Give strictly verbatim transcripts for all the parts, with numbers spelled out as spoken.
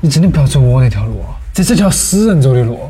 你真的不要走我那条路啊！这是条死人走的路。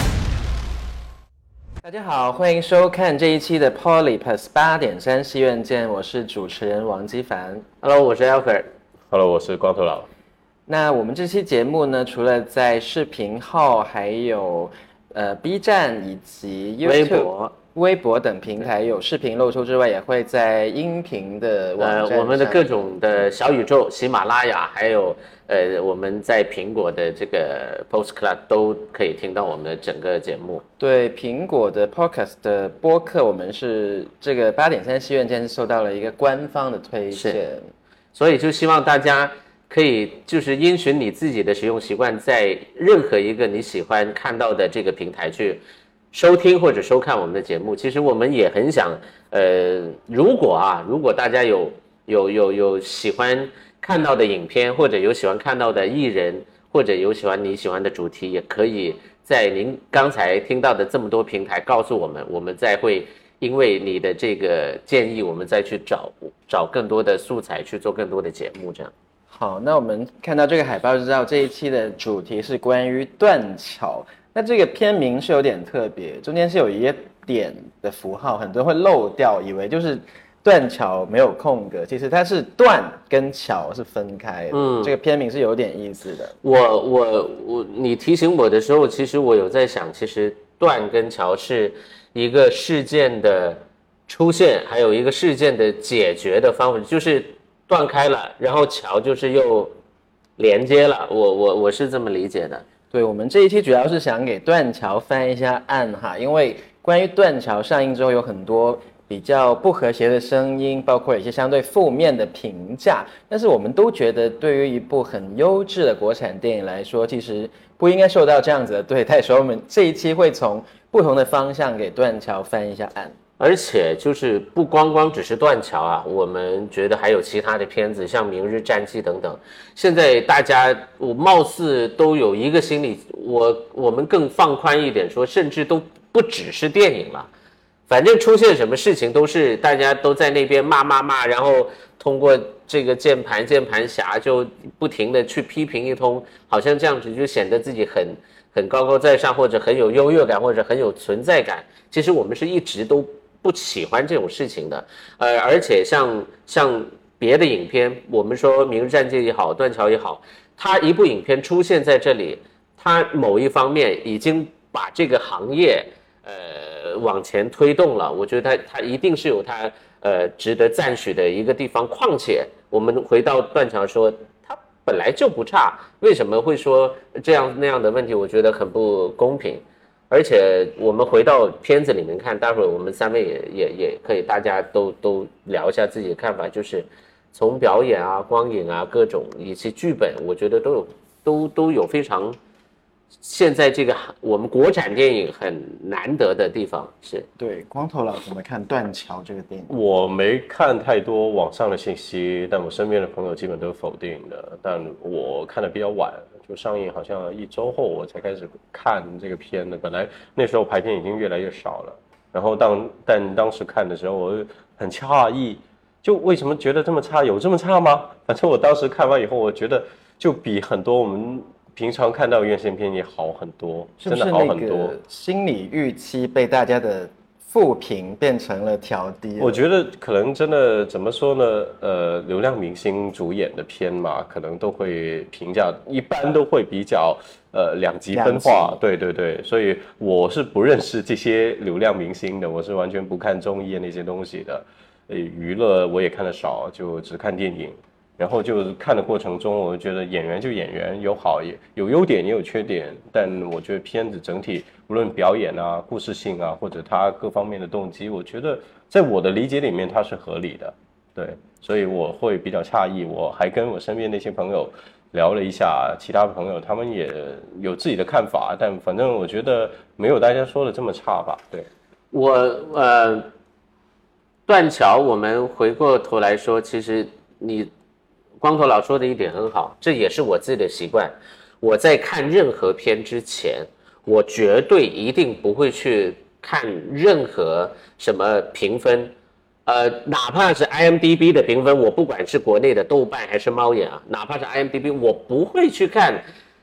大家好，欢迎收看这一期的 Polyplus 八点三戏院见，我是主持人王基凡。Hello， 我是 Albert。Hello， 我是光头佬。 那我们这期节目呢，除了在视频号、还有呃 B 站以及 YouTube、微博、微博等平台有视频露出之外，也会在音频的网站上、 呃、我们的各种的小宇宙、喜马拉雅，还有呃我们在苹果的这个 Postcard 都可以听到我们的整个节目。 对，苹果的 Podcast 的播客，我们是这个八点三戏院见受到了一个官方的推荐， 所以就希望大家可以就是因循你自己的使用习惯，在任何一个你喜欢看到的这个平台去收听或者收看我们的节目。其实我们也很想，呃，如果啊，如果大家有有有有喜欢看到的影片，或者有喜欢看到的艺人，或者有喜欢你喜欢的主题，也可以在您刚才听到的这么多平台告诉我们，我们再会因为你的这个建议，我们再去找找更多的素材去做更多的节目，这样。 好，那我们看到这个海报就知道这一期的主题是关于断桥。那这个片名是有点特别，中间是有一个点的符号，很多人会漏掉，以为就是断桥没有空格，其实它是断跟桥是分开的。嗯，这个片名是有点意思的。 我我我，你提醒我的时候，其实我有在想，其实断跟桥是一个事件的出现，还有一个事件的解决的方法，就是断开了，然后桥就是又连接了。我我我是这么理解的。 对，我们这一期主要是想给断桥翻一下案哈，因为关于断桥上映之后有很多比较不和谐的声音，包括一些相对负面的评价，但是我们都觉得对于一部很优质的国产电影来说，其实不应该受到这样子的对待，所以我们这一期会从不同的方向给断桥翻一下案。 而且就是不光光只是断桥啊，我们觉得还有其他的片子，像《明日战记》等等。现在大家我貌似都有一个心理，我我们更放宽一点说，甚至都不只是电影了。反正出现什么事情都是大家都在那边骂骂骂，然后通过这个键盘键盘侠就不停的去批评一通，好像这样子就显得自己很很高高在上，或者很有优越感，或者很有存在感。其实我们是一直都不喜欢这种事情的，呃，而且像像别的影片，我们说《明日战记》也好，《断桥》也好，它一部影片出现在这里，它某一方面已经把这个行业呃往前推动了，我觉得它它一定是有它呃值得赞许的一个地方。况且我们回到断桥说，它本来就不差，为什么会说这样那样的问题？我觉得很不公平。而且我们回到片子里面看，待会儿我们三位也也也可以，大家都都聊一下自己的看法，就是从表演啊、光影啊、各种以及剧本，我觉得都有都都有非常现在这个我们国产电影很难得的地方。是对，光头佬怎么看《断桥》这个电影？ 我没看太多网上的信息，但我身边的朋友基本都否定的，但我看的比较晚。就上映好像一周后我才开始看这个片的，本来那时候排片已经越来越少了，然后当但当时看的时候我很诧异，就为什么觉得这么差？有这么差吗？反正我当时看完以后，我觉得就比很多我们平常看到院线片也好很多，真的好很多。是不是那个心理预期被大家的负评变成了调低？ 我觉得可能真的怎么说呢？呃，流量明星主演的片嘛，可能都会评价，一般都会比较呃两极分化。对对对，所以我是不认识这些流量明星的，我是完全不看综艺那些东西的。呃，娱乐我也看得少，就只看电影。然后就看的过程中，我觉得演员就演员，有好也有优点，也有缺点。但我觉得片子整体无论表演啊、故事性啊，或者它各方面的动机，我觉得在我的理解里面它是合理的。对，所以我会比较诧异。我还跟我身边那些朋友聊了一下，其他朋友他们也有自己的看法，但反正我觉得没有大家说的这么差吧。对， 我呃，断桥，我们回过头来说，其实你。光头佬说的一点很好，这也是我自己的习惯。我在看任何片之前，我绝对一定不会去看任何什么评分，呃，哪怕是 I M D B 的评分，我不管是国内的豆瓣还是猫眼啊，哪怕是 I M D B， 我不会去看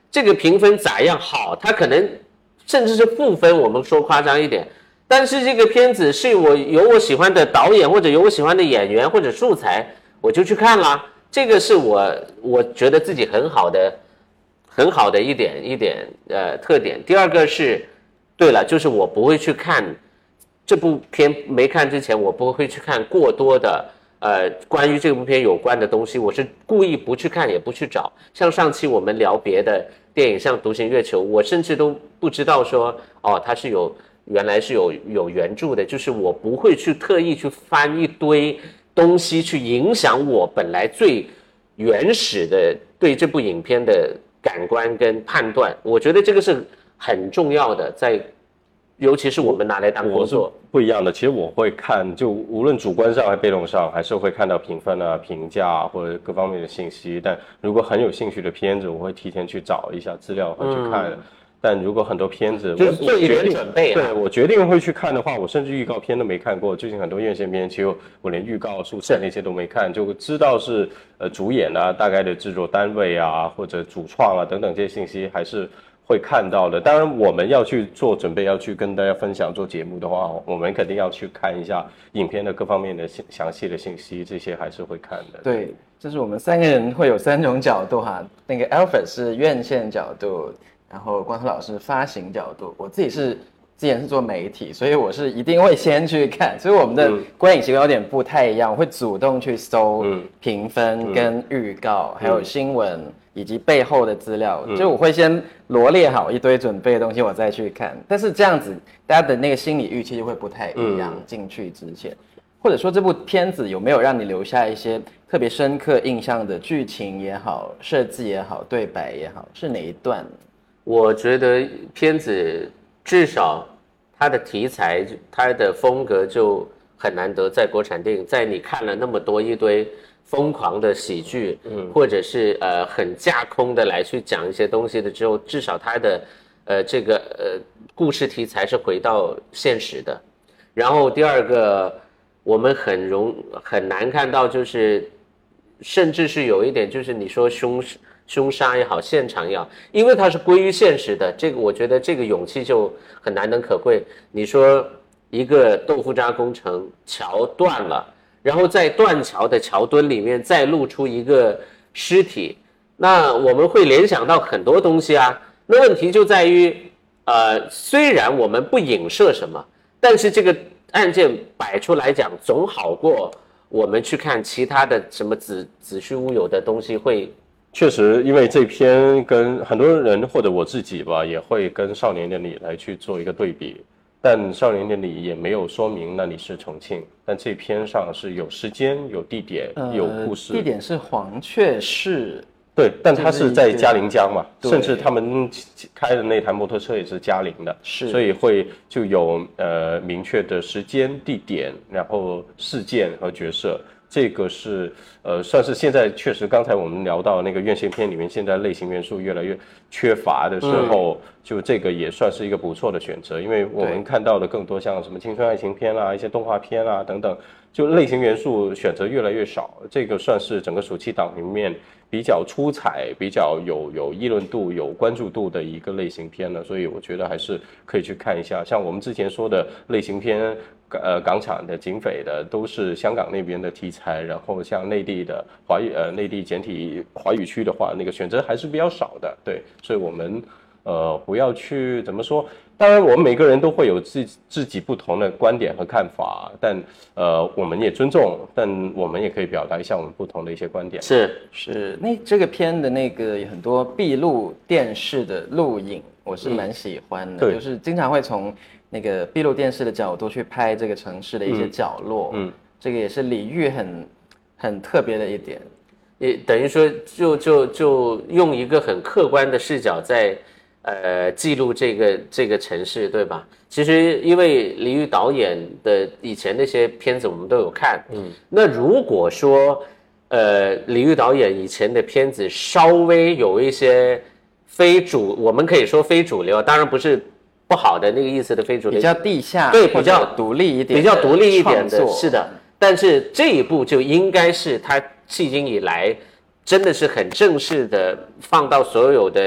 这个评分咋样好，它可能甚至是负分，我们说夸张一点。但是这个片子是我有我喜欢的导演，或者有我喜欢的演员或者素材，我就去看啦。这个是我我觉得自己很好的很好的一点一点呃特点。第二个是，对了，就是我不会去看这部片，没看之前我不会去看过多的呃关于这部片有关的东西，我是故意不去看也不去找。像上期我们聊别的电影，像《独行月球》，我甚至都不知道说哦它是有原来是有有原著的，就是我不会去特意去翻一堆东西去影响我本来最原始的对这部影片的感官跟判断，我觉得这个是很重要的，在尤其是我们拿来当工作不一样的。其实我会看，就无论主观上还是被动上，还是会看到评分啊、评价或者各方面的信息。但如果很有兴趣的片子，我会提前去找一下资料和去看。嗯，但如果很多片子， 就是做一点准备、啊， 对我决定会去看的话，我甚至预告片都没看过。最近很多院线片，其实我连预告、素材那些都没看，就知道是呃主演啊、大概的制作单位啊，或者主创啊等等这些信息还是会看到的。当然，我们要去做准备，要去跟大家分享做节目的话，我们肯定要去看一下影片的各方面的详细的信息，这些还是会看的。 对，就是我们三个人会有三种角度哈。那个 Alfred 是院线角度。然后光头老师发行角度，我自己是之前是做媒体，所以我是一定会先去看，所以我们的观影习惯有点不太一样，我会主动去搜评分跟预告，还有新闻以及背后的资料，就我会先罗列好一堆准备的东西，我再去看。但是这样子，大家的那个心理预期就会不太一样。进去之前，或者说这部片子有没有让你留下一些特别深刻印象的剧情也好、设计也好、对白也好，是哪一段？ 我觉得片子至少它的题材、它的风格就很难得，在国产电影，在你看了那么多一堆疯狂的喜剧，嗯，或者是呃很架空的来去讲一些东西的之后，至少它的呃这个呃故事题材是回到现实的。然后第二个，我们很容很难看到，就是甚至是有一点，就是你说凶。凶杀也好，现场也好，因为它是归于现实的，这个我觉得这个勇气就很难能可贵。你说一个豆腐渣工程桥断了，然后在断桥的桥墩里面再露出一个尸体，那我们会联想到很多东西啊。那问题就在于，呃，虽然我们不影射什么，但是这个案件摆出来讲，总好过我们去看其他的什么子子虚乌有的东西会。 确实，因为这篇跟很多人或者我自己吧，也会跟《少年的你》来去做一个对比，但《少年的你》也没有说明那里是重庆，但这篇上是有时间、有地点、呃、有故事。 地点是黄雀市， 对，但它是在嘉陵江嘛，甚至他们开的那台摩托车也是嘉陵的， 是， 所以会就有呃明确的时间、地点，然后事件和角色。这个是呃，算是现在确实，刚才我们聊到那个院线片里面，现在类型元素越来越缺乏的时候，嗯、就这个也算是一个不错的选择，因为我们看到的更多像什么青春爱情片啊、一些动画片啊等等，就类型元素选择越来越少，这个算是整个暑期档里面比较出彩、比较有有议论度、有关注度的一个类型片了，所以我觉得还是可以去看一下。像我们之前说的类型片。呃，港产的、警匪的都是香港那边的题材，然后像内地的华语呃内地简体华语区的话，那个选择还是比较少的，对，所以我们呃不要去怎么说，当然我们每个人都会有自自己不同的观点和看法，但呃我们也尊重，但我们也可以表达一下我们不同的一些观点。 是是，那这个片的那个很多闭路电视的录影，我是蛮喜欢的，嗯、就是经常会从。那个闭路电视的角度去拍这个城市的一些角落，嗯，嗯这个也是李玉很很特别的一点， 也等于说就就就用一个很客观的视角在呃记录这个这个城市，对吧？其实因为李玉导演的以前那些片子我们都有看，嗯，那如果说呃李玉导演以前的片子稍微有一些非主，我们可以说非主流，当然不是。不好的那个意思的非主流， 比较地下， 对，比较独立一点， 比较独立一点的，是的。但是这一部就应该是他迄今以来真的是很正式的放到所有的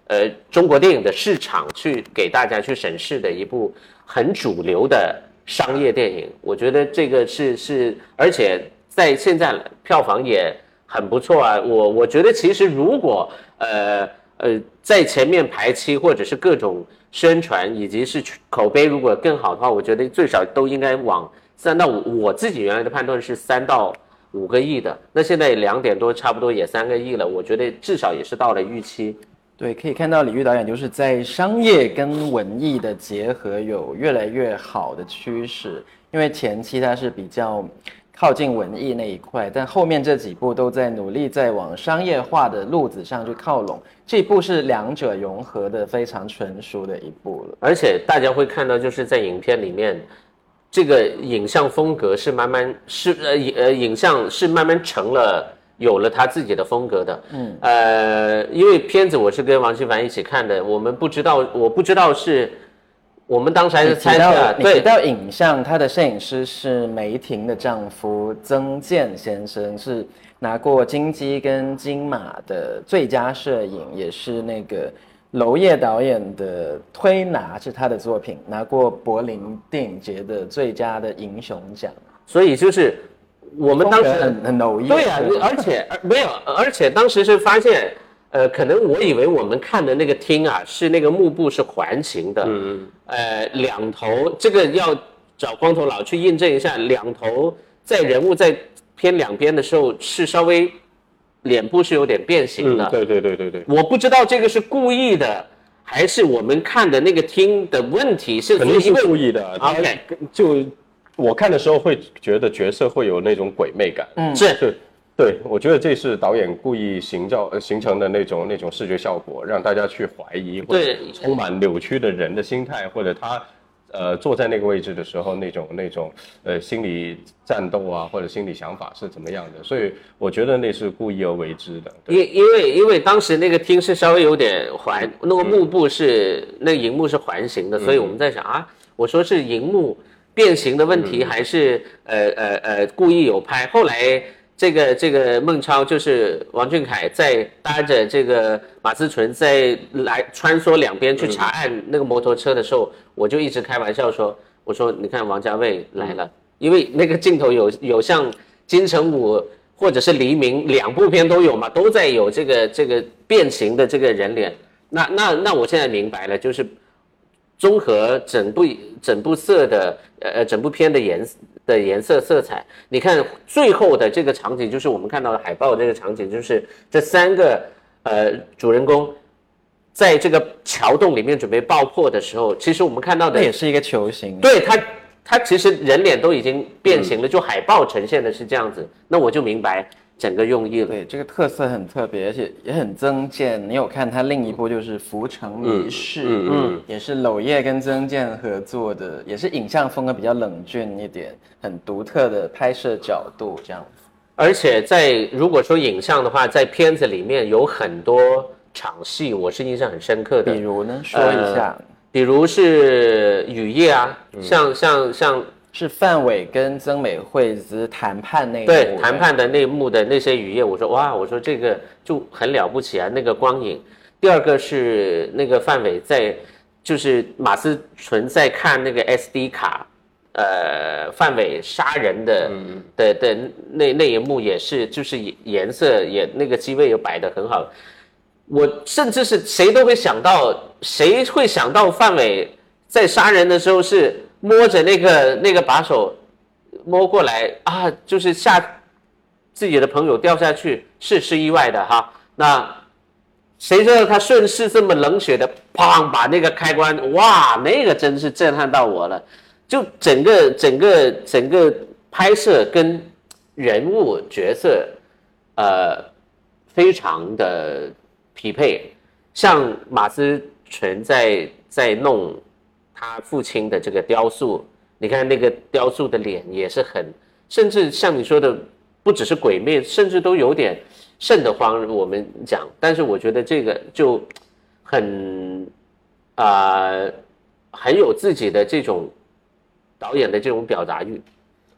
呃中国电影的市场去给大家去审视的一部很主流的商业电影。我觉得这个是是，而且在现在票房也很不错啊。我我觉得其实如果呃呃在前面排期或者是各种宣传以及是口碑如果更好的话，我觉得最少都应该往三到五。我自己原来的判断是三到五个亿的，那现在两点多，差不多也三个亿了。我觉得至少也是到了预期。 对，可以看到李玉导演就是在商业跟文艺的结合有越来越好的趋势，因为前期它是比较靠近文艺那一块，但后面这几部都在努力在往商业化的路子上去靠拢，这一部是两者融合的非常纯熟的一部了。 而且大家会看到，就是在影片里面，这个影像风格是慢慢是呃呃影像是慢慢成了。有了他自己的风格的，嗯，呃，因为片子我是跟王奇帆一起看的，我们不知道，我不知道是，我们当时还是猜测， 对，提到影像，他的摄影师是梅婷的丈夫曾健先生，是拿过金鸡跟金马的最佳摄影，也是那个娄烨导演的《推拿》是他的作品，拿过柏林电影节的最佳的银熊奖， 所以就是。我们当时很很娄烨， 对啊，而且没有，而且当时是发现，呃，可能我以为我们看的那个厅啊，是那个幕布是环形的，嗯，呃，两头这个要找光头佬去印证一下，两头在人物在偏两边的时候是稍微脸部是有点变形的， 嗯，对对对对对， 我不知道这个是故意的，还是我们看的那个厅的问题，是肯定是故意的 ，OK， 就。我看的时候会觉得角色会有那种鬼魅感， 嗯，是， 对，对，我觉得这是导演故意形造呃形成的那种那种视觉效果，让大家去怀疑或者充满扭曲的人的心态，或者他呃坐在那个位置的时候那种那种呃心理战斗啊，或者心理想法是怎么样的，所以我觉得那是故意而为之的。 因因为因为当时那个厅是稍微有点环，那个幕布是、嗯、那个荧幕是环形的，所以我们在想、嗯、啊，我说是荧幕。变形的问题还是、嗯、呃呃呃故意有拍，后来这个这个孟超就是王俊凯在搭着这个马思纯在来穿梭两边去查案那个摩托车的时候，嗯、我就一直开玩笑说，我说你看王家卫来了，嗯、因为那个镜头有有像金城武或者是黎明两部片都有嘛，都在有这个这个变形的这个人脸，那那那我现在明白了，就是。综合整部整部色的呃整部片的颜的颜色色彩，你看最后的这个场景，就是我们看到的海报这个场景，就是这三个呃主人公在这个桥洞里面准备爆破的时候，其实我们看到的那也是一个球形， 对他他其实人脸都已经变形了，就海报呈现的是这样子，那我就明白。整个用意了， 对这个特色很特别，而且也很增健。你有看他另一部就是《浮城谜事》，嗯嗯，也是娄烨跟曾健合作的，也是影像风格比较冷峻一点，很独特的拍摄角度这样子。 而且在如果说影像的话，在片子里面有很多场戏，我是印象很深刻的。 比如呢，说一下，呃、 比如是雨夜啊，嗯、像像像。 是范伟跟曾美惠子谈判那一幕， 对谈判的那一幕的那些雨夜，我说哇，我说这个就很了不起啊，那个光影。第二个是那个范伟在，就是马思纯在看那个 S D 卡，呃，范伟杀人的、嗯、的的那那一幕也是，就是颜色也那个机位也摆得很好。我甚至是谁都会想到，谁会想到范伟在杀人的时候是。摸着那个那个把手摸过来啊，就是吓自己的朋友掉下去，是是意外的哈。那谁知道他顺势这么冷血的，砰把那个开关，哇，那个真是震撼到我了。就整个整个整个拍摄跟人物角色，呃，非常的匹配。像马思纯在在弄。他父亲的这个雕塑，你看那个雕塑的脸也是很，甚至像你说的，不只是鬼魅，甚至都有点瘆得慌。我们讲，但是我觉得这个就很啊、呃，很有自己的这种导演的这种表达欲。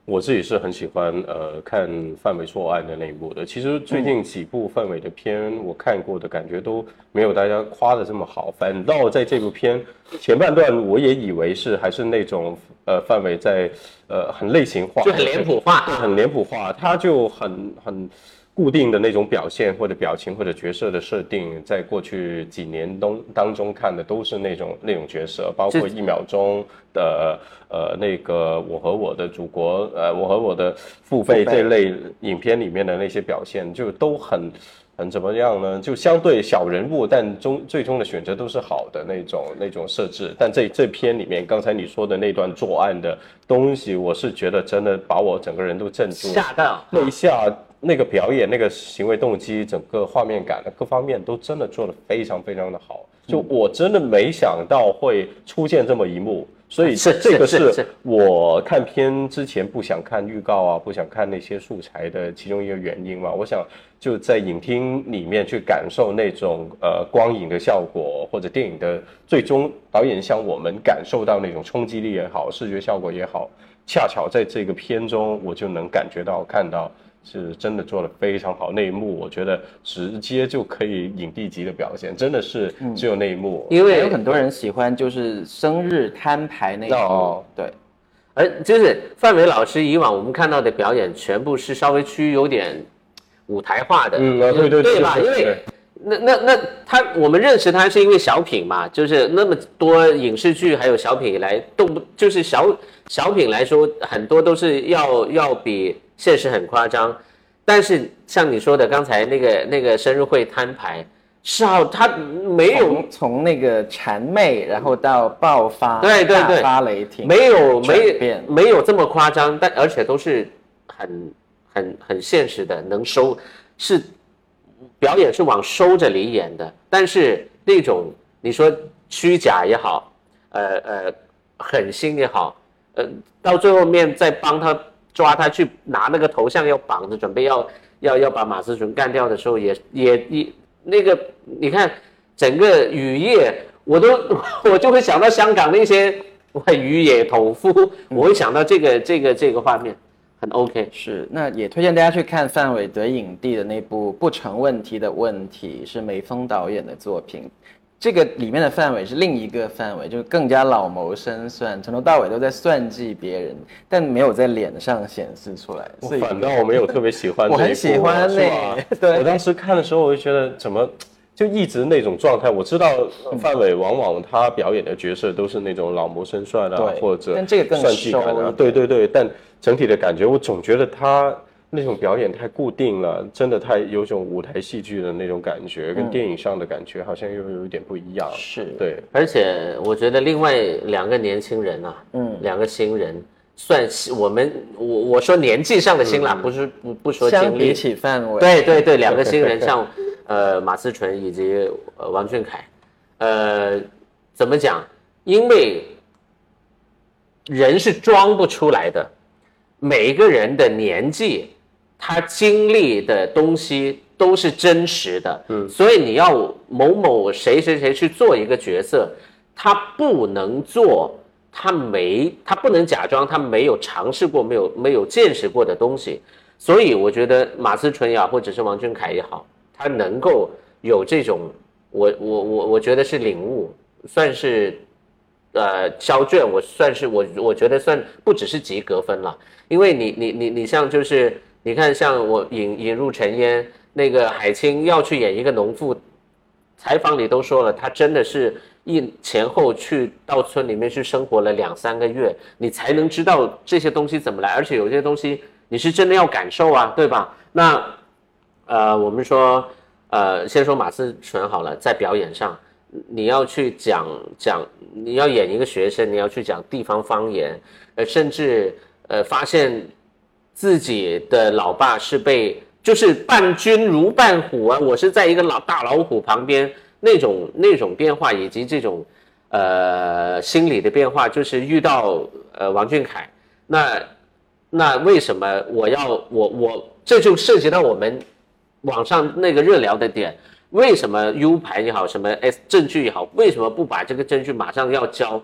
我自己是很喜欢呃看范伟作案的那一部的。其实最近几部范伟的片我看过的感觉都没有大家夸的这么好，反倒在这部片前半段我也以为是还是那种呃范伟在呃很类型化， 就很脸谱化， 很脸谱化，他就很很。固定的那种表现或者表情或者角色的设定，在过去几年当当中看的都是那种那种角色，包括一秒钟的呃那个我和我的祖国呃我和我的父辈这类影片里面的那些表现，就都很很怎么样呢？就相对小人物，但终最终的选择都是好的那种那种设置。但这这篇里面，刚才你说的那段作案的东西，我是觉得真的把我整个人都镇住了， 吓到那一下。那个表演、那个行为动机、整个画面感的各方面都真的做得非常非常的好，就我真的没想到会出现这么一幕，所以这个是我看片之前不想看预告啊，不想看那些素材的其中一个原因嘛。我想就在影厅里面去感受那种呃光影的效果，或者电影的最终导演向我们感受到那种冲击力也好，视觉效果也好，恰巧在这个片中我就能感觉到看到。是真的做得非常好，那一幕我觉得直接就可以影帝级的表现，真的是只有那一幕。 嗯、因为有很多人喜欢就是生日摊牌那一幕，哦、对。 而就是范伟老师以往我们看到的表演，全部是稍微趋于有点舞台化的， 嗯，对对对， 对吧？因为那那那他我们认识他是因为小品嘛，就是那么多影视剧还有小品以来，动不就是小小品来说，很多都是要要比。现实很夸张，但是像你说的刚才那个那个生日会摊牌，是啊，他没有从, 从那个谄媚，然后到爆发， 对对对， 大发雷霆， 没有没没有这么夸张，但而且都是很很很现实的，能收是表演是往收着里演的，但是那种你说虚假也好，呃呃狠心也好，呃到最后面再帮他。抓他去拿那个头像要绑着，准备要要要把马思纯干掉的时候也，也也那个你看整个雨夜，我都我就会想到香港那些雨野屠夫，我会想到这个这个这个画面，很 OK。 是，那也推荐大家去看范伟得影帝的那部《不成问题的问题》，是梅峰导演的作品。这个里面的范伟是另一个范伟，就是更加老谋深算，从头到尾都在算计别人，但没有在脸上显示出来。 所以反倒我没有特别喜欢这一部， 我很喜欢那个。对， 我当时看的时候，我就觉得怎么就一直那种状态。我知道范伟往往他表演的角色都是那种老谋深算啊，或者但这个更算计感啊，对对对。但整体的感觉，我总觉得他。那种表演太固定了，真的太有种舞台戏剧的那种感觉，跟电影上的感觉好像又有一点不一样。 是， 对。 而且我觉得另外两个年轻人啊，嗯，两个新人，算我们我我说年纪上的新啦，嗯、不是不不说经历。 相比起范围， 对对对，两个新人像呃马思纯以及呃王俊凯，呃，怎么讲？因为人是装不出来的，每一个人的年纪。他经历的东西都是真实的，嗯，所以你要某某谁谁谁去做一个角色，他不能做，他没，他不能假装他没有尝试过、没有没有见识过的东西。所以我觉得马思纯也好，或者是王俊凯也好，他能够有这种，我我我我觉得是领悟，算是呃交卷，我算是我我觉得算不只是及格分了，因为你你你你像就是。你看，像我引引入尘烟，那个海清要去演一个农妇，采访里都说了，他真的是一前后去到村里面去生活了两三个月，你才能知道这些东西怎么来，而且有些东西你是真的要感受啊，对吧？那呃，我们说呃，先说马思纯好了，在表演上，你要去讲讲，你要演一个学生，你要去讲地方方言，呃，甚至呃发现。自己的老爸是被就是伴君如伴虎啊，我是在一个老大老虎旁边那种那种变化，以及这种呃心理的变化，就是遇到呃王俊凯，那那为什么我要我我这就涉及到我们网上那个热聊的点，为什么 U 盘也好，什么 S 证据也好，为什么不把这个证据马上要交？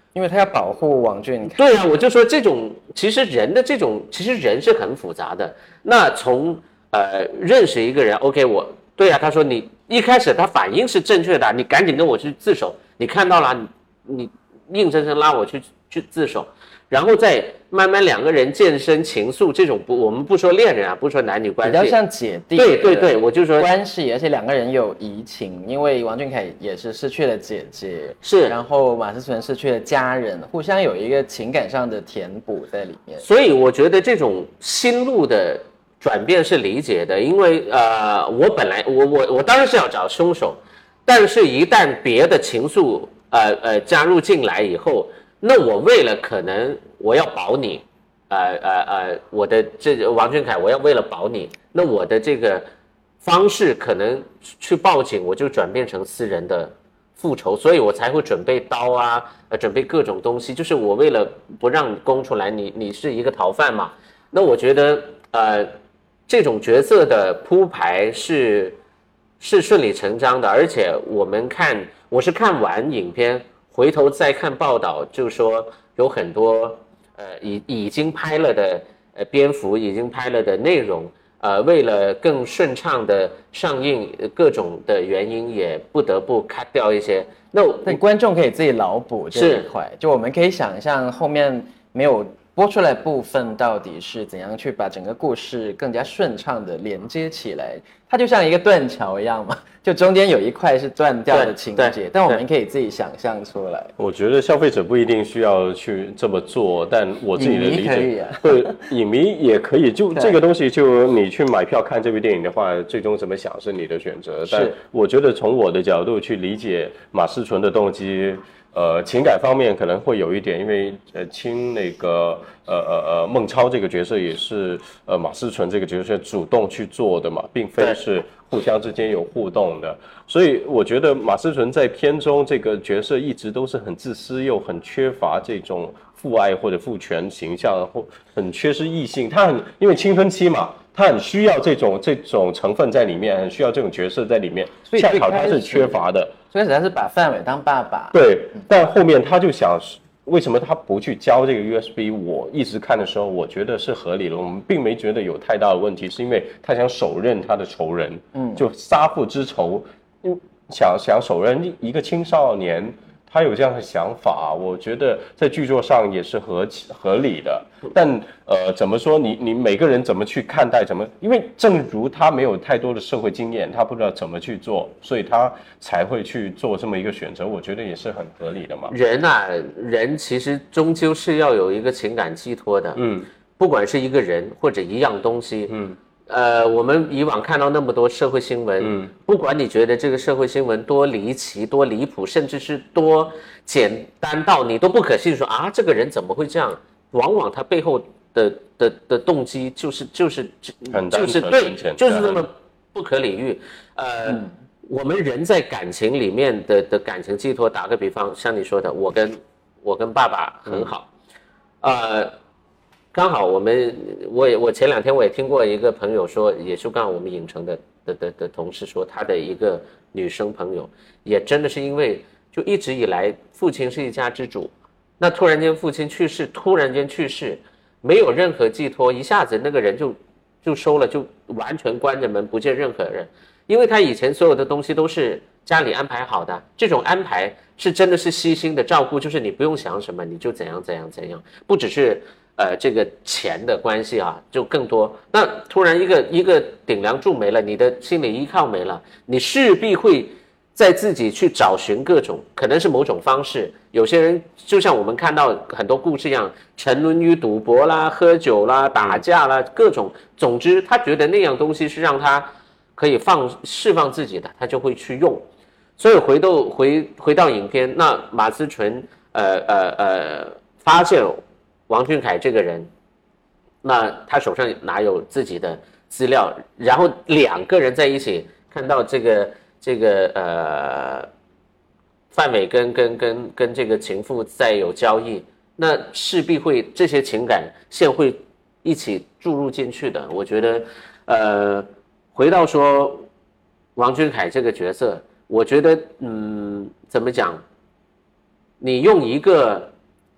因为他要保护王俊凯。 对啊，我就说这种其实人的这种其实人是很复杂的。那从呃认识一个人 ，OK， 我对啊，他说你一开始他反应是正确的，你赶紧跟我去自首，你看到了，你你硬生生拉我去去自首。然后再慢慢两个人渐生情愫，这种不，我们不说恋人啊，不说男女关系， 比较像姐弟。 对对对，我就说关系，而且两个人有移情，因为王俊凯也是失去了姐姐， 是， 然后马思纯失去了家人，互相有一个情感上的填补在里面。 所以我觉得这种心路的转变是理解的，因为呃，我本来我我我当然是要找凶手，但是一旦别的情愫呃呃加入进来以后。那我为了可能我要保你，呃呃呃，我的这个王俊凯，我要为了保你，那我的这个方式可能去报警，我就转变成私人的复仇，所以我才会准备刀啊，呃，准备各种东西，就是我为了不让你供出来，你你是一个逃犯嘛。那我觉得呃，这种角色的铺排是是顺理成章的，而且我们看，我是看完影片。回头再看报道，就说有很多呃已已经拍了的呃蝙蝠已经拍了的内容，呃为了更顺畅的上映，各种的原因也不得不 cut 掉一些。那对观众可以自己脑补这一块，就我们可以想象后面没有播出来部分到底是怎样去把整个故事更加顺畅的连接起来。它就像一个断桥一样嘛，就中间有一块是断掉的情节，但我们可以自己想象出来。 我觉得消费者不一定需要去这么做，但我自己的理解， 对、 啊，影迷也可以。就这个东西，就你去买票看这部电影的话，最终怎么想是你的选择。但我觉得从我的角度去理解马思纯的动机。呃，情感方面可能会有一点，因为呃，亲那个呃呃呃孟超这个角色也是呃马思纯这个角色主动去做的嘛，并非是互相之间有互动的，所以我觉得马思纯在片中这个角色一直都是很自私又很缺乏这种父爱或者父权形象，或很缺失异性，他很因为青春期嘛。他很需要这种这种成分在里面，很需要这种角色在里面，恰好他是缺乏的。 所以他是把范伟当爸爸。 对，但后面他就想，为什么他不去交这个 U S B？ 我一直看的时候，我觉得是合理的，我们并没觉得有太大的问题，是因为他想手刃他的仇人，嗯，就杀父之仇，想想手刃一个青少年。他有这样的想法，我觉得在剧作上也是合合理的。但呃，怎么说你你每个人怎么去看待，怎么？因为正如他没有太多的社会经验，他不知道怎么去做，所以他才会去做这么一个选择。我觉得也是很合理的嘛。 人啊，人其实终究是要有一个情感寄托的。嗯，不管是一个人或者一样东西。嗯。呃，我们以往看到那么多社会新闻，嗯，不管你觉得这个社会新闻多离奇、多离谱，甚至是多简单到你都不可信说，说啊，这个人怎么会这样？往往他背后的的的动机就是就是就是对，就是那么不可理喻。呃，嗯、我们人在感情里面的的感情寄托，打个比方，像你说的，我跟我跟爸爸很好，嗯、呃。刚好我们，我也我前两天我也听过一个朋友说，也是刚好我们影城的的的的同事说，他的一个女生朋友，也真的是因为就一直以来父亲是一家之主，那突然间父亲去世，突然间去世，没有任何寄托，一下子那个人就就收了，就完全关着门不见任何人，因为他以前所有的东西都是家里安排好的，这种安排是真的是悉心的照顾，就是你不用想什么，你就怎样怎样怎样，不只是。呃，这个钱的关系啊，就更多。那突然一个一个顶梁柱没了，你的心理依靠没了，你势必会在自己去找寻各种，可能是某种方式。有些人就像我们看到很多故事一样，沉沦于赌博啦、喝酒啦、打架啦，各种。总之，他觉得那样东西是让他可以放释放自己的，他就会去用。所以回到回回到影片，那马思纯呃呃呃发现。王俊凯这个人，那他手上哪有自己的资料？然后两个人在一起看到这个这个呃，范伟跟跟跟跟这个情妇在有交易，那势必会这些情感线会一起注入进去的。我觉得，呃，回到说王俊凯这个角色，我觉得嗯，怎么讲？你用一个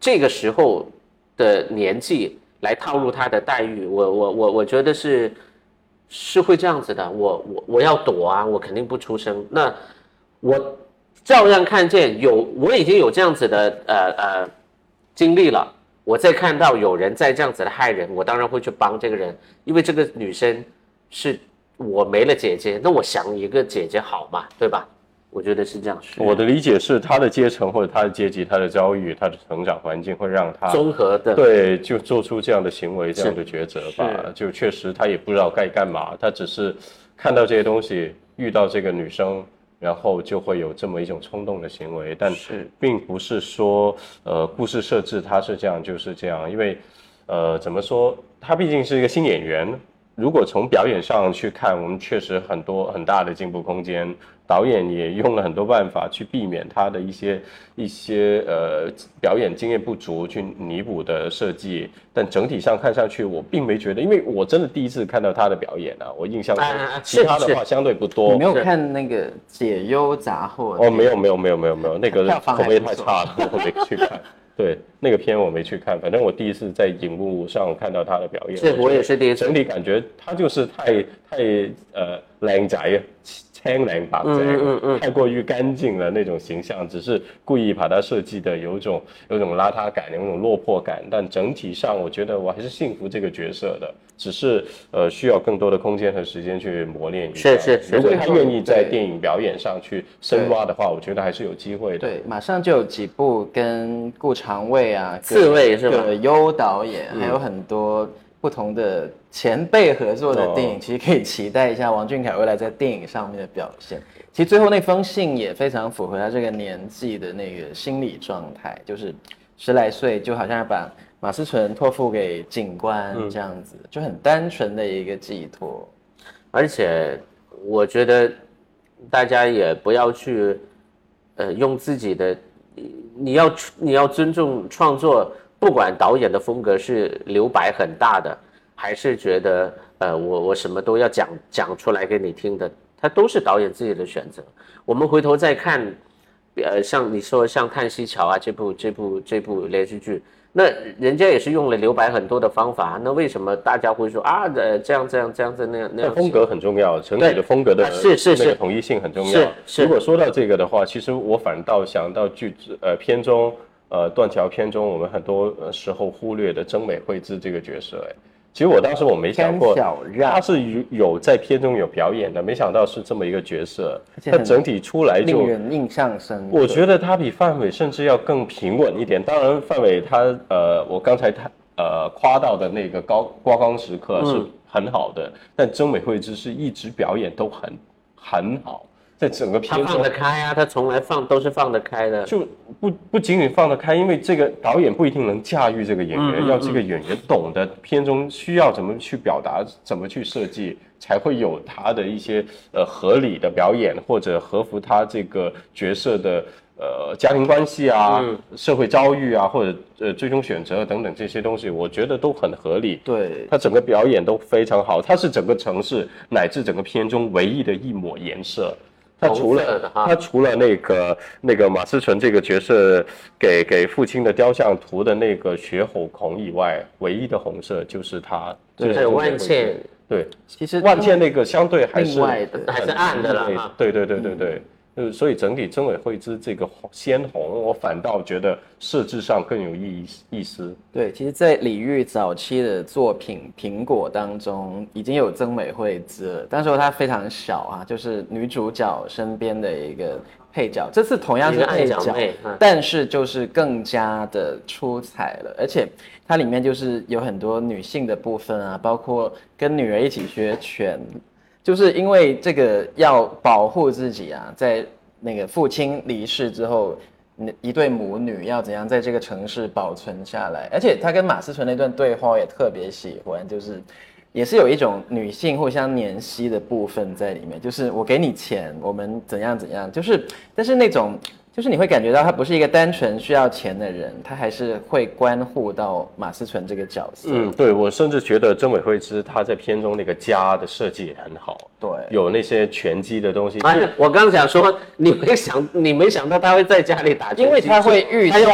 这个时候的年纪来套路他的待遇，我我我我觉得是是会这样子的。我我我要躲啊，我肯定不出声。那我照样看见有，我已经有这样子的呃呃经历了。我再看到有人在这样子的害人，我当然会去帮这个人，因为这个女生是我没了姐姐，那我想一个姐姐好嘛，对吧？我觉得是这样。 我的理解是，他的阶层或者他的阶级、他的遭遇、他的成长环境会让他综合的， 对，就做出这样的行为、这样的抉择吧。就确实他也不知道该干嘛，他只是看到这些东西，遇到这个女生。然后就会有这么一种冲动的行为，但并不是说，呃，故事设置它是这样就是这样，因为，呃，怎么说，他毕竟是一个新演员，如果从表演上去看，我们确实很多很大的进步空间。导演也用了很多办法去避免他的一些一些呃表演经验不足，去弥补的设计。但整体上看上去，我并没觉得，因为我真的第一次看到他的表演啊，我印象中、啊、其他的话相对不多。 你没有看那个解忧杂货？ 哦，没有没有没有没有没有，那个口碑太差了，我没去看。对，那个片我没去看，反正我第一次在荧幕上看到他的表演， 是我也是第一次。 整体感觉他就是太太呃靚仔啊，青靚白淨，嗯嗯嗯太過於乾淨了那種形象，只是故意把它設計的有種有種邋遢感，有種落魄感，但整體上我覺得我還是信服這個角色的，只是呃需要更多的空間和時間去磨練一下。 是是是， 如果他願意在電影表演上去深挖的話，我覺得還是有機會的。 對，馬上就有幾部跟顧長衛啊、 刺蝟是吧？ 葛優導演，嗯、還有很多不同的前輩合作的電影，哦、其實可以期待一下王俊凱未來在電影上面的表現。其實最後那封信也非常符合他這個年紀的那個心理狀態，就是十來歲就好像把馬思純託付給警官這樣子，嗯、就很單純的一個寄託。 而且我覺得大家也不要去，呃，用自己的，你要你要尊重創作。不管導演的風格是留白很大的，還是覺得呃我我什麼都要講講出來給你聽的，它都是導演自己的選擇。我們回頭再看，呃像你說像《嘆息橋》啊這部這部這部連續劇，那人家也是用了留白很多的方法，那為什麼大家會說啊呃這樣這樣這樣子那樣那樣？ 風格很重要，整體的風格的是是是統一性很重要。如果說到這個的話，其實我反倒想到劇呃片中。呃，斷橋片中，我們很多時候忽略的曾美惠孜這個角色，哎，其實我當時我沒想過，她是有有在片中有表演的，沒想到是這麼一個角色，她整體出來就令人印象深刻。 我覺得她比范偉甚至要更平穩一點。當然，范偉他呃，我剛才他呃誇到的那個高高光時刻是很好的，嗯、但曾美惠孜是一直表演都很很好。在整個片中， 他放得開啊，他從來放都是放得開的， 就不不僅僅放得開，因為這個導演不一定能駕馭這個演員，嗯嗯嗯要這個演員懂得片中需要怎麼去表達，怎麼去設計，才會有他的一些呃合理的表演，或者合乎他這個角色的呃家庭關係啊、嗯、社會遭遇啊，或者呃最終選擇等等這些東西，我覺得都很合理。 對， 他整個表演都非常好，他是整個城市乃至整個片中唯一的一抹顏色。他除了他除了那個那個馬思純這個角色給給父親的雕像塗的那個血吼孔以外，唯一的紅色就是他。 對，還有萬茜。 對， 其實萬茜那個相對還是還是暗的啦。 對對對對對。嗯呃，所以整體曾美惠孜這個鮮紅，我反倒覺得設置上更有意意思。 對，其實，在李玉早期的作品《蘋果》當中，已經有曾美惠孜了。當時候她非常小啊，就是女主角身邊的一個配角。這次同樣是配角，嗯、但是就是更加的出彩了。而且它裡面就是有很多女性的部分啊，包括跟女兒一起學拳。就是因為這個要保護自己啊，在那個父親離世之後，一對母女要怎樣在這個城市保存下來。而且他跟馬思純那段對話也特別喜歡，就是也是有一種女性互相憐惜的部分在裡面，就是我給你錢，我們怎樣怎樣，就是但是那種就是你會感覺到他不是一個單純需要錢的人，他還是會關護到馬思純這個角色。 嗯，對，我甚至覺得曾美惠孜他在片中那個家的設計也很好， 對， 有那些拳擊的東西。 哎，我剛想說，你沒想你沒想到他會在家裡打拳擊， 因為他會預他要保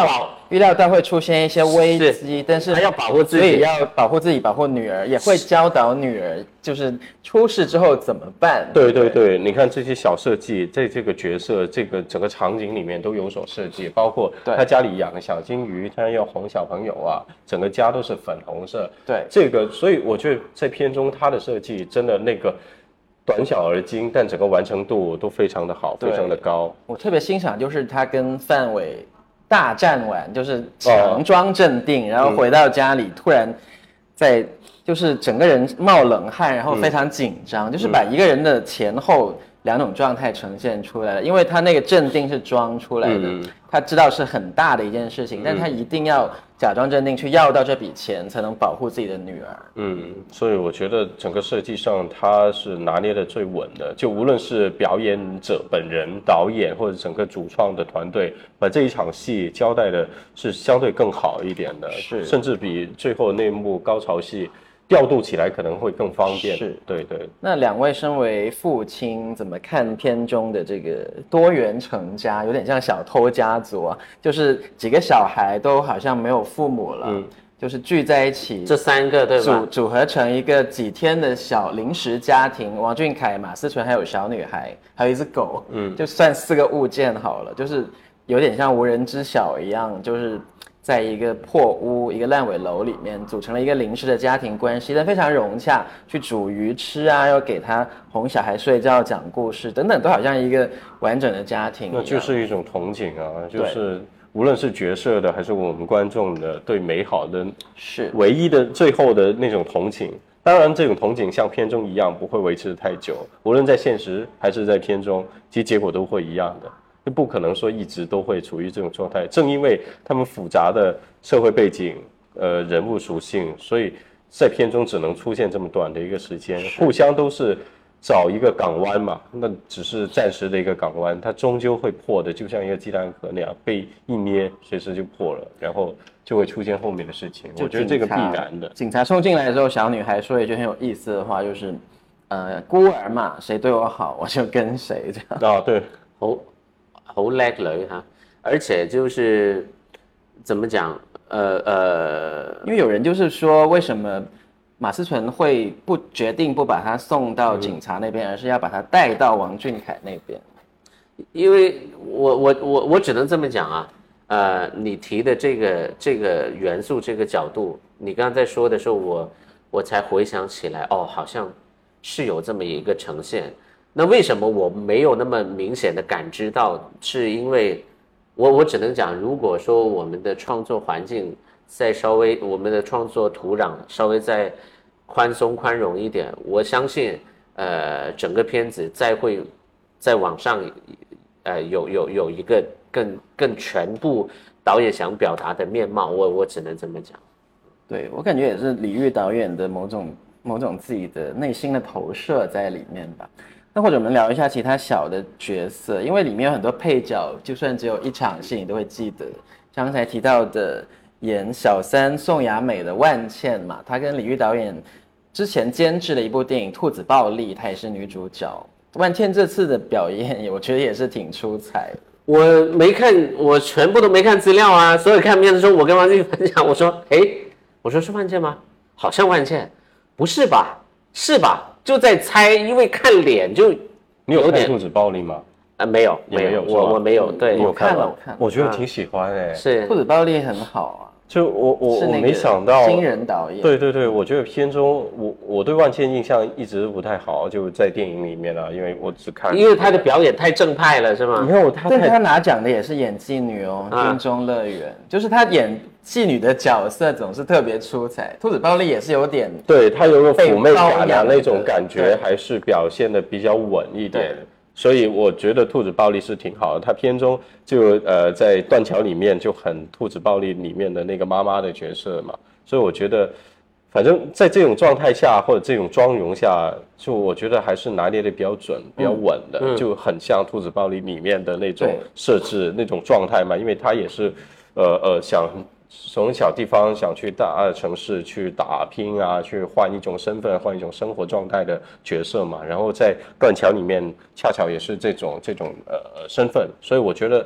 预料到会出现一些危机，但是还要保护自己， 所以要保护自己，保护女儿，也会教导女儿，就是出事之后怎么办。 对对对，你看这些小设计，在这个角色、这个整个场景里面都有所设计，包括他家里养个小金鱼，他要哄小朋友啊，整个家都是粉红色。 对， 这个，所以我觉得在片中他的设计真的那个短小而精，但整个完成度都非常的好，非常的高。 我特别欣赏就是他跟范伟大战完，就是强装镇定，哦、然后回到家里，嗯、突然在就是整个人冒冷汗，然后非常紧张，嗯、就是把一个人的前后两种状态呈现出来了。因为他那个镇定是装出来的，嗯、他知道是很大的一件事情，嗯、但他一定要假装镇定去要到这笔钱，才能保护自己的女儿。 嗯，所以我觉得整个设计上他是拿捏的最稳的，就无论是表演者本人、导演或者整个主创的团队，把这一场戏交代的是相对更好一点的， 是甚至比最后那幕高潮戏调度起来可能会更方便。 是， 对对。 那两位身为父亲，怎么看片中的这个多元成家，有点像小偷家族啊？就是几个小孩都好像没有父母了，嗯、就是聚在一起， 这三个对吧？ 组组合成一个几天的小临时家庭。王俊凯、马思纯还有小女孩，还有一只狗，嗯，就算四个物件好了，就是有点像无人知晓一样，就是。在一个破屋、一个烂尾楼里面，组成了一个临时的家庭关系，但非常融洽，去煮鱼吃啊，要给他哄小孩睡觉、讲故事等等，都好像一个完整的家庭一样。 那就是一种同情啊，就是无论是角色的还是我们观众的对美好的， 是唯一的最后的那种同情。当然，这种同情像片中一样不会维持太久，无论在现实还是在片中，其实结果都会一样的。不可能说一直都会处于这种状态，正因为他们复杂的社会背景、呃人物属性，所以在片中只能出现这么短的一个时间，互相都是找一个港湾嘛，那只是暂时的一个港湾，它终究会破的，就像一个鸡蛋壳那样，被一捏随时就破了，然后就会出现后面的事情。我觉得这个必然的。 警察冲进来的时候，小女孩说一句很有意思的话，就是呃孤儿嘛，谁对我好我就跟谁这样。 啊，对， 好。好叻女哈，而且就是怎么讲，呃呃， 因为有人就是说，为什么马思纯会不决定不把他送到警察那边，嗯、而是要把他带到王俊凯那边？ 因为我我我我只能这么讲啊，呃，你提的这个这个元素这个角度，你刚刚在说的时候，我我才回想起来，哦，好像是有这么一个呈现。那为什么我没有那么明显的感知到？是因为我我只能讲，如果说我们的创作环境再稍微，我们的创作土壤稍微再宽松宽容一点，我相信，呃，整个片子再会再往上，呃，有有有一个更更全部导演想表达的面貌，我我只能这么讲。 对，我感觉也是李玉导演的某种某种自己的内心的投射在里面吧。那或者我们聊一下其他小的角色，因为里面有很多配角，就算只有一场戏你都会记得。像刚才提到的演小三宋雅美的万茜嘛，她跟李玉导演之前监制了一部电影《兔子暴力》，她也是女主角。万茜这次的表演，我觉得也是挺出彩的。 我没看，我全部都没看资料啊，所以看片的时候，我跟王俊分享，我说，哎，我说是万茜吗？好像万茜，不是吧？是吧？就在猜，因为看脸就你有看兔子暴力吗？ 啊，没有，没有，我我没有。对， 我看了，我看了， 我觉得挺喜欢哎。 是兔子暴力很好啊。 就我我我没想到新人导演。 对对对，我觉得片中我我对万茜印象一直不太好，就在电影里面啊，因为我只看， 因为她的表演太正派了，是吗？ 没有，她但她拿奖的也是演妓女哦，《军中乐园》就是她演妓女的角色总是特别出彩。兔子暴力也是有点， 对，她有个妩媚感啊那种感觉，还是表现的比较稳一点。所以我觉得兔子暴力是挺好的，他片中就呃在断桥里面就很兔子暴力里面的那个妈妈的角色嘛，所以我觉得反正在这种状态下或者这种妆容下，就我觉得还是拿捏的比较准、比较稳的，嗯、就很像兔子暴力里面的那种设置、那种状态嘛，因为他也是呃呃想从小地方想去大城市去打拼啊，去换一种身份，换一种生活状态的角色嘛。然后在断桥里面，恰巧也是这种这种呃身份，所以我觉得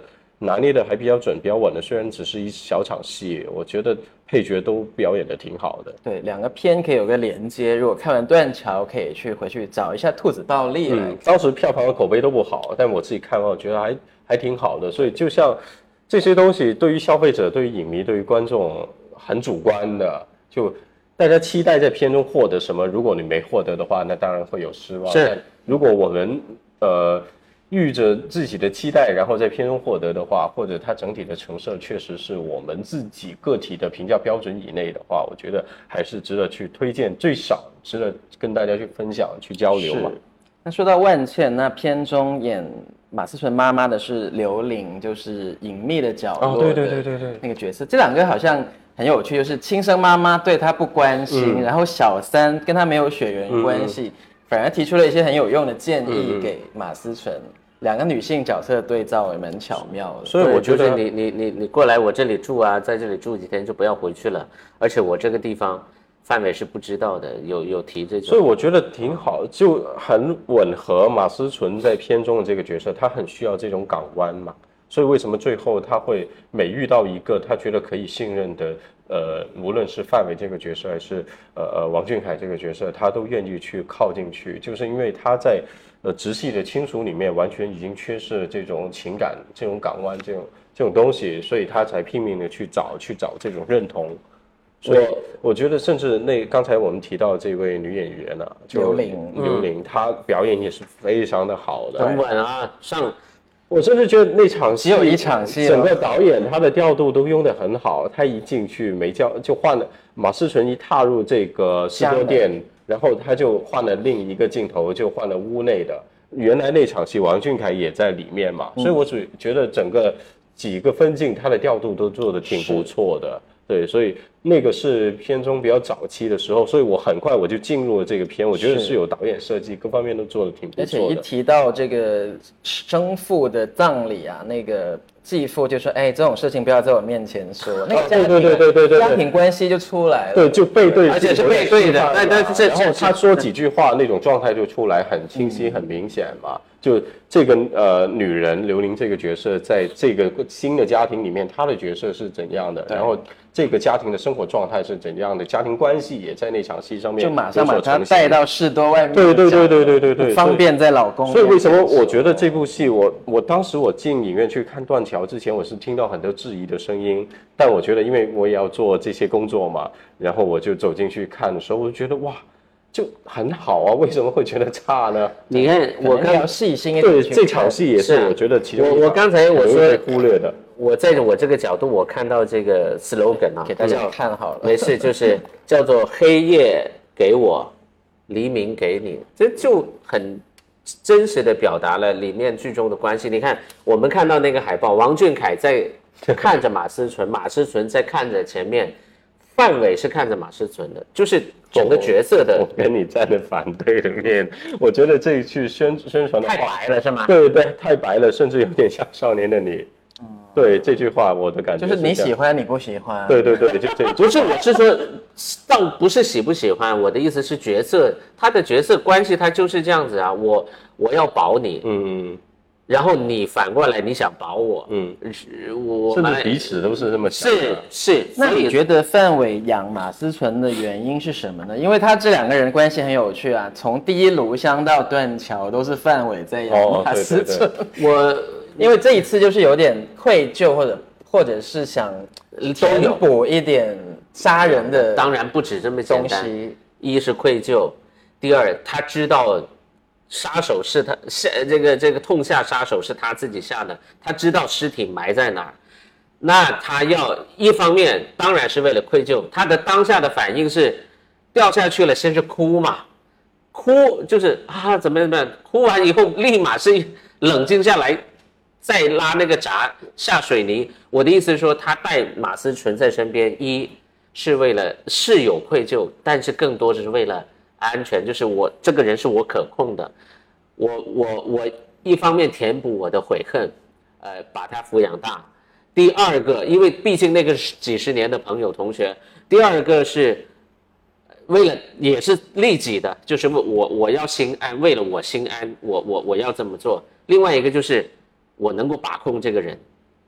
拿捏的还比较准、比较稳的。虽然只是一小场戏，我觉得配角都表演的挺好的。 对，两个片可以有个连接。如果看完《断桥》，可以去回去找一下《兔子暴力》来。 嗯，当时票房和口碑都不好，但我自己看完，我觉得还还挺好的。所以就像这些东西，对于消费者、对于影迷、对于观众很主观的，就大家期待在片中获得什么，如果你没获得的话，那当然会有失望。 是， 如果我们呃。遇着自己的期待，然后在片中获得的话，或者它整体的成色确实是我们自己个体的评价标准以内的话，我觉得还是值得去推荐，最少值得跟大家去分享、去交流嘛。 那说到万茜，那片中演马思纯妈妈的是刘玲，就是隐秘的角落， 对对对对对， 那个角色，这两个好像很有趣，就是亲生妈妈对她不关心，嗯、然后小三跟她没有血缘关系，嗯、反而提出了一些很有用的建议给马思纯。嗯两个女性角色的对照也蛮巧妙的， 所以我觉得你你你你过来我这里住啊，在这里住几天就不要回去了。而且我这个地方范伟是不知道的，有有提这种， 所以我觉得挺好，就很吻合马思纯在片中的这个角色，她很需要这种港湾嘛。所以为什么最后她会每遇到一个她觉得可以信任的，呃，无论是范伟这个角色还是呃呃王俊凯这个角色，她都愿意去靠进去，就是因为她在。呃，直系的亲属里面完全已经缺失了这种情感、这种港湾、这种这种东西，所以他才拼命的去找、去找这种认同。所以我觉得，甚至那刚才我们提到这位女演员啊， 刘玲， 刘玲，她表演也是非常的好的， 很稳啊。上， 我真的觉得那场戏只有一场戏， 整个导演他的调度都用得很好。他一进去没叫就换了，马思纯一踏入这个士多店。然后他就换了另一个镜头，就换了屋内的。原来那场戏王俊凯也在里面嘛，嗯、所以我只觉得整个几个分镜他的调度都做得挺不错的。对，所以那个是片中比较早期的时候，所以我很快我就进入了这个片，我觉得是有导演设计，各方面都做得挺不错的。 而且一提到这个生父的葬礼啊，那个继父就说：“哎，这种事情不要在我面前说。”那个家庭、 对对对对对， 家庭关系就出来了。 对，就背对， 而且是背对的。但但是然后他说几句话，那种状态就出来，很清晰、很明显嘛。就这个呃女人刘玲这个角色，在这个新的家庭里面，她的角色是怎样的？然后这个家庭的生活状态是怎样的？家庭关系也在那场戏上面就马上把她带到士多外面。 对对对对对对对， 方便在老公。 所以为什么我觉得这部戏，我我当时我进影院去看《断桥》之前，我是听到很多质疑的声音，但我觉得因为我也要做这些工作嘛，然后我就走进去看的时候，我就觉得哇。就很好啊，为什么会觉得差呢？ 你看，我刚要细心一点。 对，这场戏也是，我觉得其中我我刚才我说被忽略的。 我在我这个角度，我看到这个 slogan 啊， 给大家看好了。 没事，就是叫做“黑夜给我，黎明给你”，这就很真实的表达了里面剧中的关系。你看，我们看到那个海报，王俊凯在看着马思纯，马思纯在看着前面。范伟是看着马思纯的，就是整个角色的。 我跟你站在反对的面，我觉得这一句宣宣传的话太白了，是吗？ 对对，太白了，甚至有点像少年的你。嗯，对这句话，我的感觉就是你喜欢，你不喜欢。 对对对，就这。 不是，我是说，倒不是喜不喜欢，我的意思是角色，他的角色关系，他就是这样子啊。我我要保你，嗯。然后你反过来你想保我，嗯， 我甚至彼此都是这么想的。是是， 那你觉得范伟养马思纯的原因是什么呢？因为他这两个人关系很有趣啊，从第一炉香到断桥都是范伟在养马思纯。哦、对对对我因为这一次就是有点愧疚，或者或者是想填补一点杀人的， 当然不止这么简单。一是愧疚，第二他知道。杀手是他下这个这个痛下杀手是他自己下的，他知道尸体埋在哪儿，那他要一方面当然是为了愧疚，他的当下的反应是掉下去了，先是哭嘛，哭就是啊怎么怎么样，哭完以后立马是冷静下来，再拉那个闸下水泥。我的意思是说，他带马思纯在身边，一是为了是有愧疚，但是更多是为了。安全，就是我这个人是我可控的，我我我一方面填补我的悔恨，呃，把他抚养大。第二个，因为毕竟那个是几十年的朋友同学。第二个是为了也是利己的，就是我我要心安，为了我心安，我我我要这么做。另外一个就是我能够把控这个人，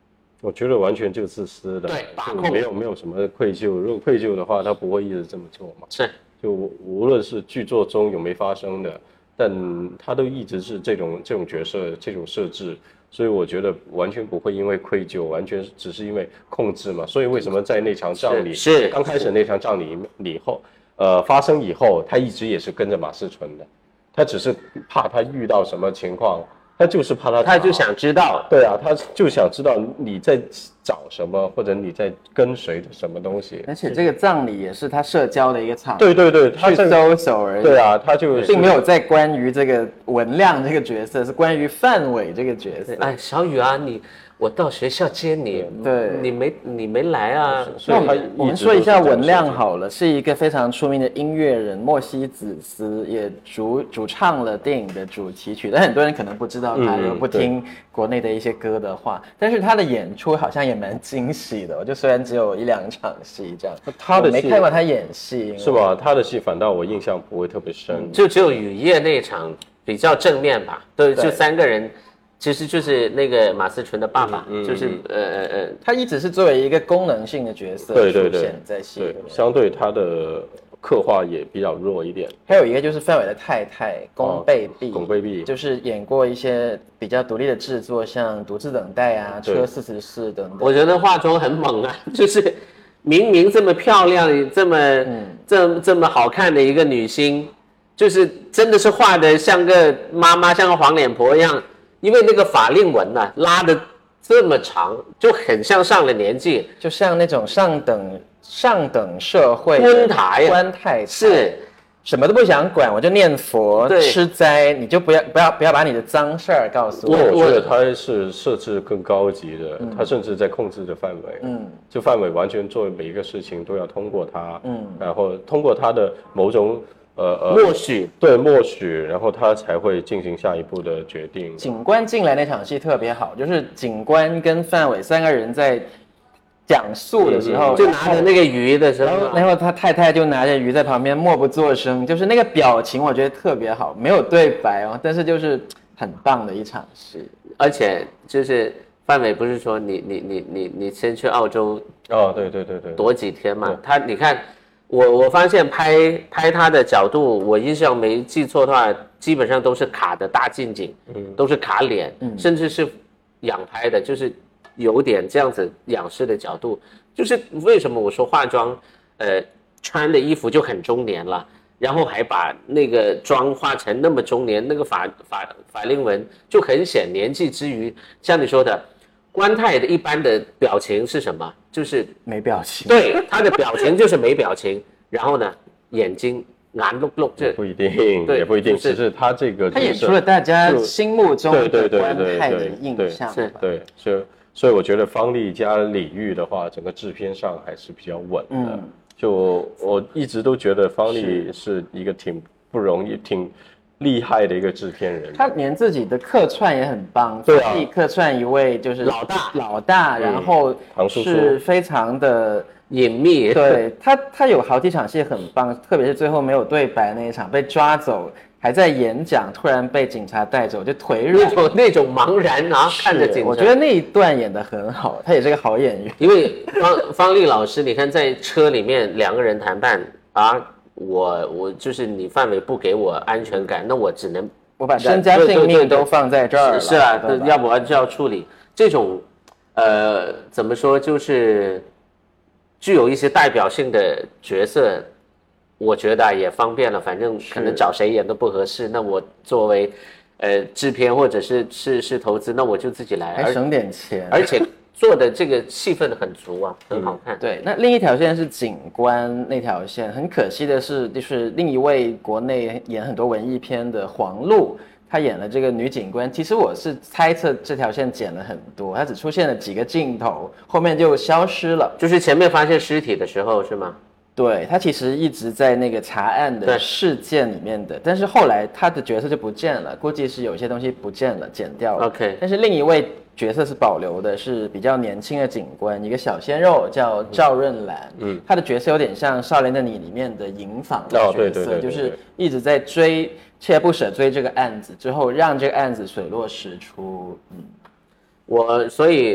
我觉得完全就自私的， 对，把就控没有没有什么愧疚。如果愧疚的话，他不会一直这么做嘛。 是， 就无论是剧作中有没发生的，但他都一直是这种这种角色这种设置，所以我觉得完全不会因为愧疚，完全只是因为控制嘛。所以为什么在那场葬礼， 是刚开始那场葬礼以后，呃，发生以后，他一直也是跟着马思纯的，他只是怕他遇到什么情况。他就是怕他， 他就想知道， 对啊，他就想知道你在找什么，或者你在跟随着什么东西。 而且这个葬礼也是他社交的一个场， 对对对，他去搜索而已。 对啊，他就并没有在关于这个文亮这个角色，是关于范伟这个角色。 哎，小雨啊，你我到学校接你， 对， 你没你没来啊。 那我们我们说一下文亮好了，是一个非常出名的音乐人，莫西子斯也主主唱了电影的主题曲，但很多人可能不知道他，又、嗯、不听国内的一些歌的话，但是他的演出好像也蛮惊喜的。我就虽然只有一两场戏这样， 他的我没看过他演戏， 是吗？他的戏反倒我印象不会特别深， 嗯、就只有雨夜那一场比较正面吧，对，就三个人。其实就是那个马思纯的爸爸，嗯嗯、就是呃呃呃， 他一直是作为一个功能性的角色出现在戏里面， 相对他的刻画也比较弱一点。 还有一个就是范伟的太太龚贝碧， 龚贝碧就是演过一些比较独立的制作，像《独自等待》啊，《车四十四》等等。 我觉得化妆很猛啊，就是明明这么漂亮、这么、嗯、这么这么好看的一个女星，就是真的是画的像个妈妈，像个黄脸婆一样。因为那个法令纹呢、啊、拉的这么长，就很像上了年纪， 就像那种上等上等社会官台官太是， 什么都不想管，我就念佛吃斋，你就不要不要不要把你的脏事儿告诉我。 我觉得他是设置更高级的，嗯、他甚至在控制着范围，嗯，就范围完全做每一个事情都要通过他，嗯，然后通过他的某种。呃呃， 默许对默许，然后他才会进行下一步的决定。 警官进来那场戏特别好，就是警官跟范伟三个人在讲述的时候， 嗯、就拿着那个鱼的时候， 然后然后他太太就拿着鱼在旁边默不作声，就是那个表情我觉得特别好，没有对白哦，但是就是很棒的一场戏。 而且就是范伟不是说你你你你你先去澳洲哦，对对对对， 躲几天嘛？他你看。我我发现拍拍他的角度，我印象没记错的话，基本上都是卡的大近景，嗯，都是卡脸，嗯，甚至是仰拍的，就是有点这样子仰视的角度。就是为什么我说化妆，呃，穿的衣服就很中年了，然后还把那个妆化成那么中年，那个法法法令纹就很显年纪之余，像你说的。官太的一般的表情是什么？就是没表情。 对，他的表情就是没表情。然后呢，眼睛眼碌碌，这不一定，也不一定，只是他这个他演出了大家心目中的官太的印象。 是，对，所以所以我觉得方丽加李玉的话，整个制片上还是比较稳的。嗯，就我一直都觉得方丽是一个挺不容易、挺。厉害的一个制片人， 他连自己的客串也很棒， 对啊， 客串一位就是老大， 老大，然后是非常的隐秘。 对他，他有好几场戏很棒，特别是最后没有对白那一场，被抓走，还在演讲，突然被警察带走，就腿软， 那种那种茫然啊，看着警察。 我觉得那一段演得很好，他也是个好演员。 因为方方丽老师，你看在车里面两个人谈判啊。我我就是你范伟不给我安全感，那我只能我把身家性命都放在这儿了。 是啊，要不然就要处理这种，呃，怎么说，就是具有一些代表性的角色，我觉得也方便了。反正可能找谁演都不合适，那我作为呃制片或者是是是投资，那我就自己来， 还省点钱， 而且。做的这个气氛很足啊，很好看。 嗯、对，那另一条线是警官那条线，很可惜的是，就是另一位国内演很多文艺片的黄璐，她演了这个女警官。其实我是猜测这条线剪了很多，她只出现了几个镜头，后面就消失了。 就是前面发现尸体的时候是吗？ 对，他其实一直在那个查案的事件里面的，但是后来他的角色就不见了，估计是有些东西不见了，剪掉了。 OK， 但是另一位角色是保留的，是比较年轻的警官，一个小鲜肉叫赵润兰，嗯，他的角色有点像《少年的你》里面的营房的角色， 哦、对对对对对， 就是一直在追，锲而不舍追这个案子，之后让这个案子水落石出。嗯， 我所以。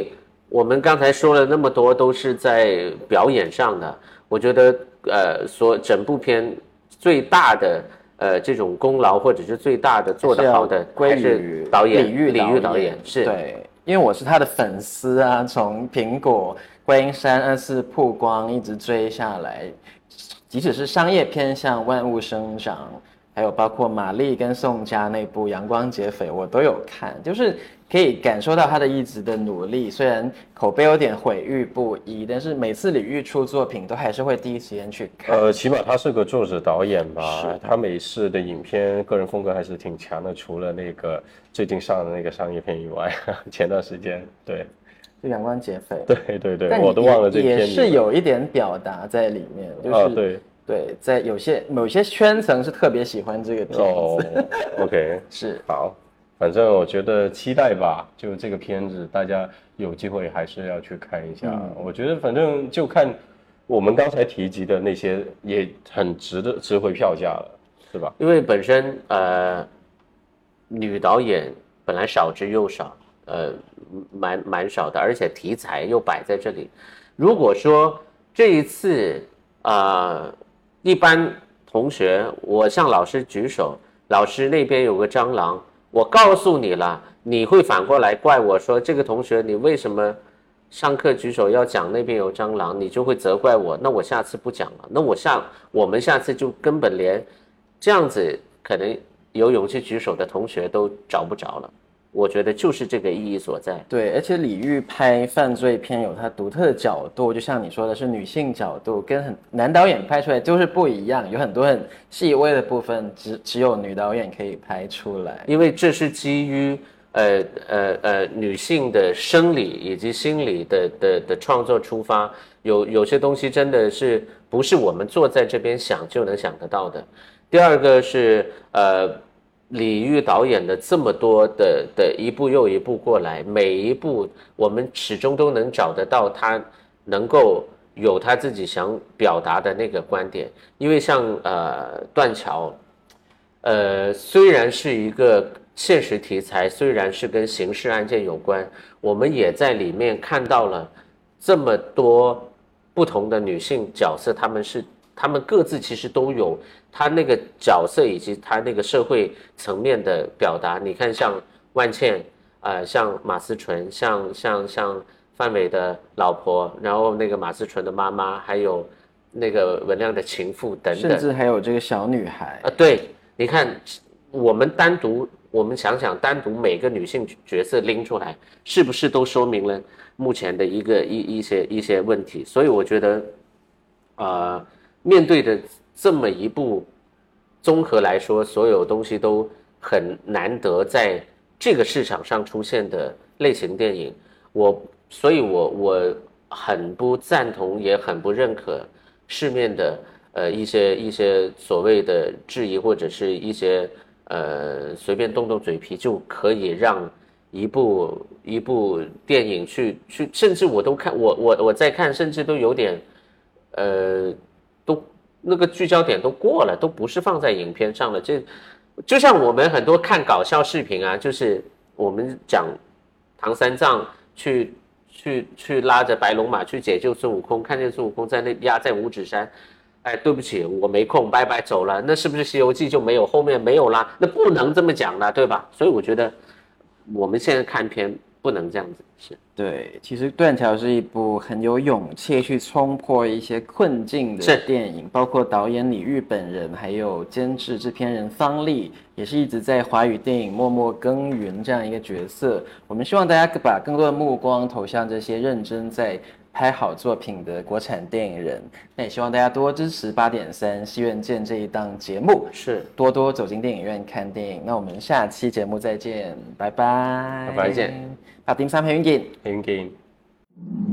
我们刚才说了那么多，都是在表演上的。我觉得，呃，所整部片最大的呃这种功劳，或者是最大的做得好的， 归还是于导演李玉李玉导演是。 对，因为我是他的粉丝啊，从苹果、观音山二次曝光一直追下来，即使是商业片像《万物生长》。还有包括玛丽跟宋佳那部《阳光劫匪》，我都有看，就是可以感受到他的一直的努力。虽然口碑有点毁誉不一，但是每次李玉出作品，都还是会第一时间去看。 呃，起码他是个作者导演吧，他美式的影片个人风格还是挺强的。除了那个最近上的那个商业片以外，前段时间对， 就《阳光劫匪》。 对对对，我都忘了这片也是有一点表达在里面，就是、 啊、对。 对，在有些某些圈层是特别喜欢这个片子。 哦 ，OK， 是好，反正我觉得期待吧，就这个片子，大家有机会还是要去看一下。嗯、我觉得反正就看我们刚才提及的那些，也很值得值回票价了，是吧？ 因为本身呃，女导演本来少之又少，呃，蛮蛮少的，而且题材又摆在这里。如果说这一次啊。呃一般同学，我向老师举手，老师那边有个蟑螂，我告诉你了，你会反过来怪我说这个同学你为什么上课举手要讲那边有蟑螂，你就会责怪我，那我下次不讲了，那我下我们下次就根本连这样子可能有勇气举手的同学都找不着了。我觉得就是这个意义所在。 对，而且李玉拍犯罪片有他独特的角度，就像你说的是女性角度，跟很男导演拍出来就是不一样，有很多很细微的部分只只有女导演可以拍出来。 因为这是基于呃呃呃女性的生理以及心理的的的创作出发，有有些东西真的是不是我们坐在这边想就能想得到的。第二个是呃。李玉导演的这么多的的一步又一步过来，每一步我们始终都能找得到他能够有他自己想表达的那个观点。因为像呃断桥，呃虽然是一个现实题材，虽然是跟刑事案件有关，我们也在里面看到了这么多不同的女性角色，她们是她们各自其实都有他那个角色以及他那个社会层面的表达。你看像万茜，呃，像马思纯，像像像范伟的老婆，然后那个马思纯的妈妈，还有那个文亮的情妇等等， 甚至还有这个小女孩。 呃，对，你看我们单独我们想想单独每个女性角色拎出来，是不是都说明了目前的一个一一些一些问题？所以我觉得呃面对的这么一部，综合来说，所有东西都很难得在这个市场上出现的类型电影，我，所以我我很不赞同，也很不认可市面的呃一些一些所谓的质疑，或者是一些呃随便动动嘴皮就可以让一部一部电影去去，甚至我都看我我我在看，甚至都有点呃都。那个聚焦点都过了，都不是放在影片上了。这就像我们很多看搞笑视频啊，就是我们讲唐三藏去去去拉着白龙马去解救孙悟空，看见孙悟空在那压在五指山，哎，对不起，我没空，拜拜，走了。那是不是《西游记》就没有后面没有啦？那不能这么讲了，对吧？所以我觉得我们现在看片不能这样子，是。 对，其实《断桥》是一部很有勇气去冲破一些困境的电影，包括导演李玉本人，还有监制制片人方励，也是一直在华语电影默默耕耘这样一个角色。我们希望大家把更多的目光投向这些认真在拍好作品的国产电影人。那也希望大家多支持八点三戏院见这一档节目， 是多多走进电影院看电影。那我们下期节目再见，拜拜， 拜拜见。 八點三，喜歡見。 喜歡見。